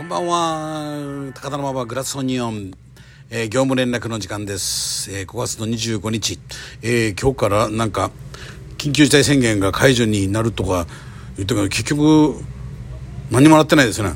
んばんは。高田馬場グラスオニオン、業務連絡の時間です。5月の25日、今日からなんか緊急事態宣言が解除になるとか言っても結局何もらってないですね。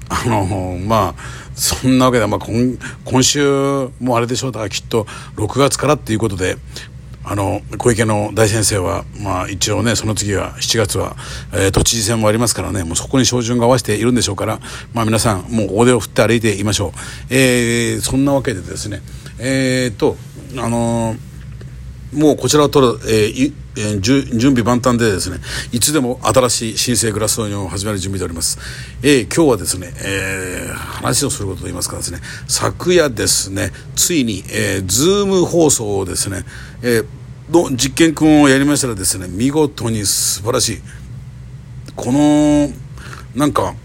そんなわけで、今週もあれでしょう。だからきっと6月からっていうことで、小池の大先生は一応ね、その次は7月は、都知事選もありますからね、もうそこに照準が合わせているんでしょうから、皆さんもう大手を振って歩いていましょう。そんなわけでですね、もうこちらを取る、準備万端でですね、いつでも新しい新生グラスオニオンを始める準備でおります。今日はですね、話をすることといいますかですね、昨夜ですね、ついに、ズーム放送をですね、の実験訓をやりましたらですね、見事に素晴らしい。このなんか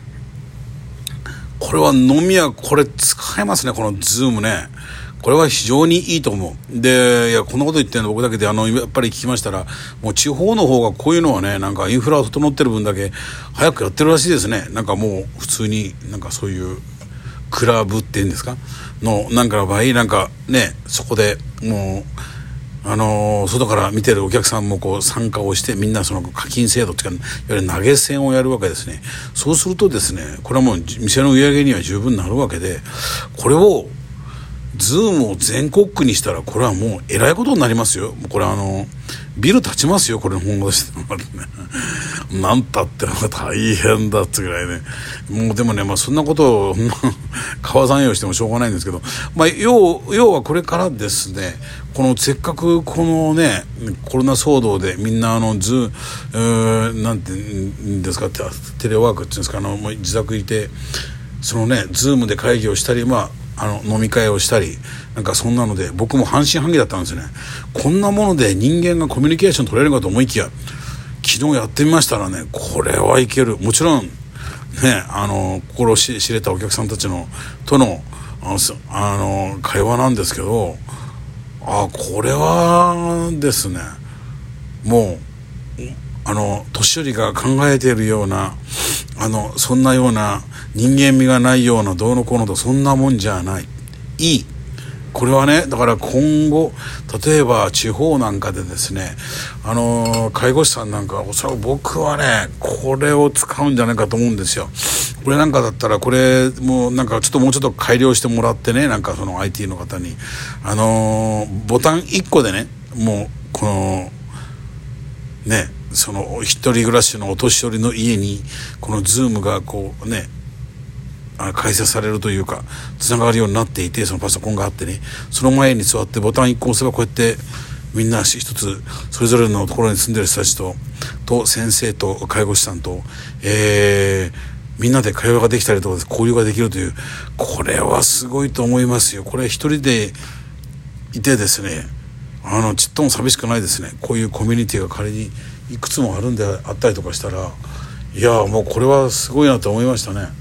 これは飲み屋これ使えますね、このズームね。これは非常にいいと思う。で、いや、こんなこと言ってるの僕だけで、やっぱり聞きましたら、もう地方の方がこういうのはね、なんかインフラが整ってる分だけ早くやってるらしいですね。なんかもう普通になんかそういうクラブっていうんですかのなんかの場合、なんかね、そこでもう外から見てるお客さんもこう参加をして、みんなその課金制度っていうか、いわゆる投げ銭をやるわけですね。そうするとですね、これはもう店の売り上げには十分なるわけで、これをズームを全国区にしたら、これはもうえらいことになりますよ。これビル建ちますよ、これの本語でしてなんたって大変だってぐらいね。もうでもね、そんなことを川山用してもしょうがないんですけど、要はこれからですね、このせっかくこのねコロナ騒動でみんななんていうんですか、テレワークっていうんですか、もう自宅いてそのねズームで会議をしたり、飲み会をしたりなんかそんなので、僕も半信半疑だったんですよね。こんなもので人間がコミュニケーション取れるかと思いきや、昨日やってみましたらね、これはいける。もちろんね、心知れたお客さんたちとの会話なんですけど、これはですね、もう年寄りが考えているようなそんなような人間味がないようなどうのこうのと、そんなもんじゃない。いい。これはね、だから今後例えば地方なんかでですね、介護士さんなんかはおそらく僕はねこれを使うんじゃないかと思うんですよ。これなんかだったら、これもうなんかもうちょっと改良してもらってね、なんかその IT の方にボタン1個でね、もうこのね、その一人暮らしのお年寄りの家にこのズームがこうね開設されるというか、つながるようになっていて、そのパソコンがあってね、その前に座ってボタン1個押せば、こうやってみんな一つそれぞれのところに住んでる人たちと先生と介護士さんと、みんなで会話ができたりとか交流ができるという、これはすごいと思いますよ。これ一人でいてですね、ちっとも寂しくないですね。こういうコミュニティが仮にいくつもあるんであったりとかしたら、いやもうこれはすごいなと思いましたね。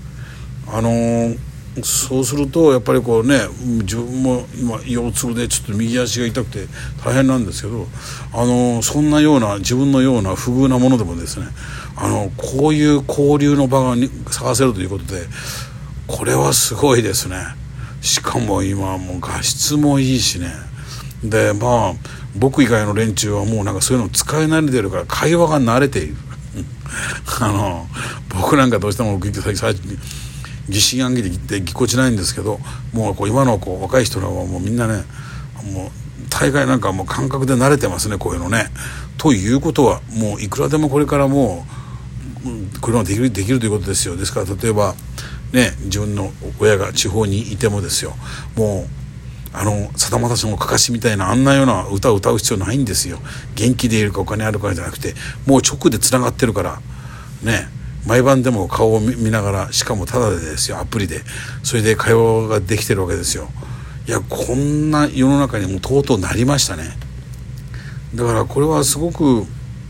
そうするとやっぱりこうね、自分も今腰痛でちょっと右足が痛くて大変なんですけど、そんなような自分のような不遇なものでもですね、こういう交流の場が探せるということで、これはすごいですね。しかも今もう画質もいいしね。で僕以外の連中はもうなんかそういうの使い慣れてるから会話が慣れている僕なんかどうしても最近疑心暗鬼でぎこちないんですけど、もう今の若い人らはもうみんなね、もう大概なんかもう感覚で慣れてますね、こういうのね。ということはもういくらでもこれからもうこれはできるということですよ。ですから例えばね、自分の親が地方にいてもですよ、もうさだまさしのかかしみたいなあんなような歌を歌う必要ないんですよ。元気でいるかお金あるかじゃなくて、もう直でつながってるからね、毎晩でも顔を見ながら、しかもタダでですよ、アプリでそれで会話ができてるわけですよ。いや、こんな世の中にもとうとうなりましたね。だからこれはすごく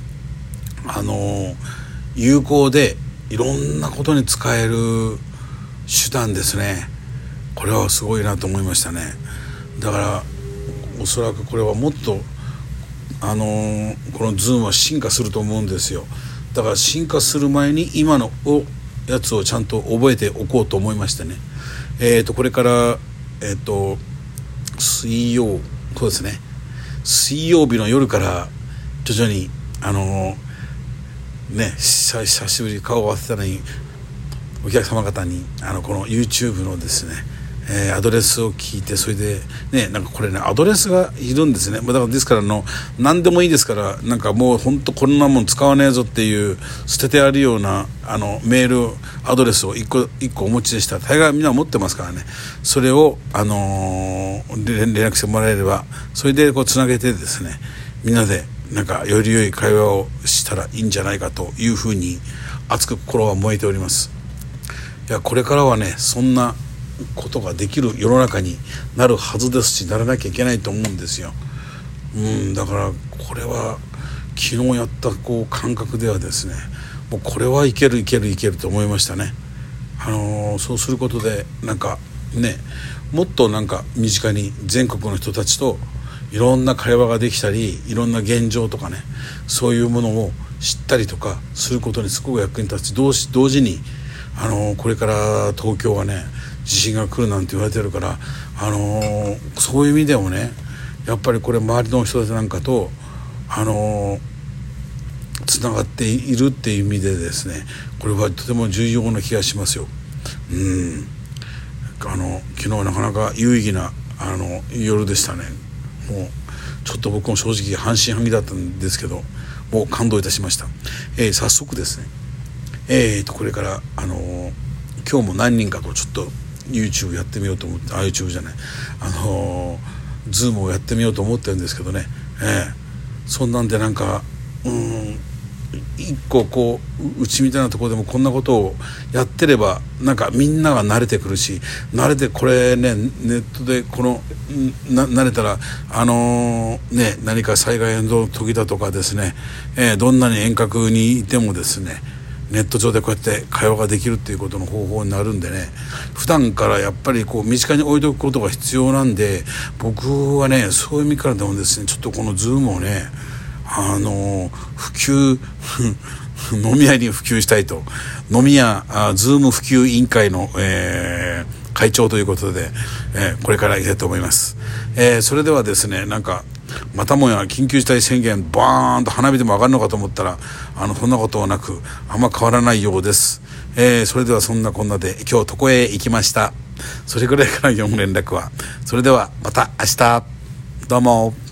有効でいろんなことに使える手段ですね。これはすごいなと思いましたね。だからおそらくこれはもっとこのズームは進化すると思うんですよ。だから進化する前に今のをやつをちゃんと覚えておこうと思いましてね、これから水曜日の夜から徐々に久しぶりに顔を合わせたのにお客様方にこの YouTube のですね、アドレスを聞いて、それでね、なんかこれねアドレスがいるんですね。だからですから何でもいいですから、なんかもう本当こんなもん使わねえぞっていう捨ててあるようなメールアドレスを一個お持ちでしたら、大概みんな持ってますからね、それを連絡してもらえれば、それでこうつなげてですね、みんなでなんかより良い会話をしたらいいんじゃないかというふうに熱く心は燃えております。いや、これからはね、そんなことができる世の中になるはずですし、ならなきゃいけないと思うんですよ。だからこれは昨日やった感覚ではですね、もうこれはいけると思いましたね。そうすることでなんかね、もっとなんか身近に全国の人たちといろんな会話ができたり、いろんな現状とかね、そういうものを知ったりとかすることにすごく役に立つ。同時にこれから東京はね地震が来るなんて言われてるから、そういう意味でもね、やっぱりこれ周りの人たちなんかとつながっているっていう意味でですね、これはとても重要な気がしますよ。昨日なかなか有意義な夜でしたね。もうちょっと僕も正直半信半疑だったんですけど、もう感動いたしました。早速ですね、これから今日も何人かとちょっと YouTube やってみようと思って、YouTube じゃないZoom をやってみようと思ってるんですけどね、そんなんでなんか一個うちみたいなところでもこんなことをやってれば、なんかみんなが慣れてくるし、慣れてこれね、ネットで慣れたら何か災害の時だとかですね、どんなに遠隔にいてもですね、ネット上でこうやって会話ができるっていうことの方法になるんでね、普段からやっぱり身近に置いておくことが必要なんで、僕はねそういう意味からでもですね、ちょっとこの Zoom をね普及飲み屋に普及したいと、飲み屋Zoom 普及委員会の、会長ということで、これからいきたいと思います。それではですね、なんかまたもや緊急事態宣言バーンと花火でも上がるのかと思ったら、そんなことはなくあんま変わらないようです。それではそんなこんなで今日床へ行きました。それぐらいから4連絡は。それではまた明日、どうも。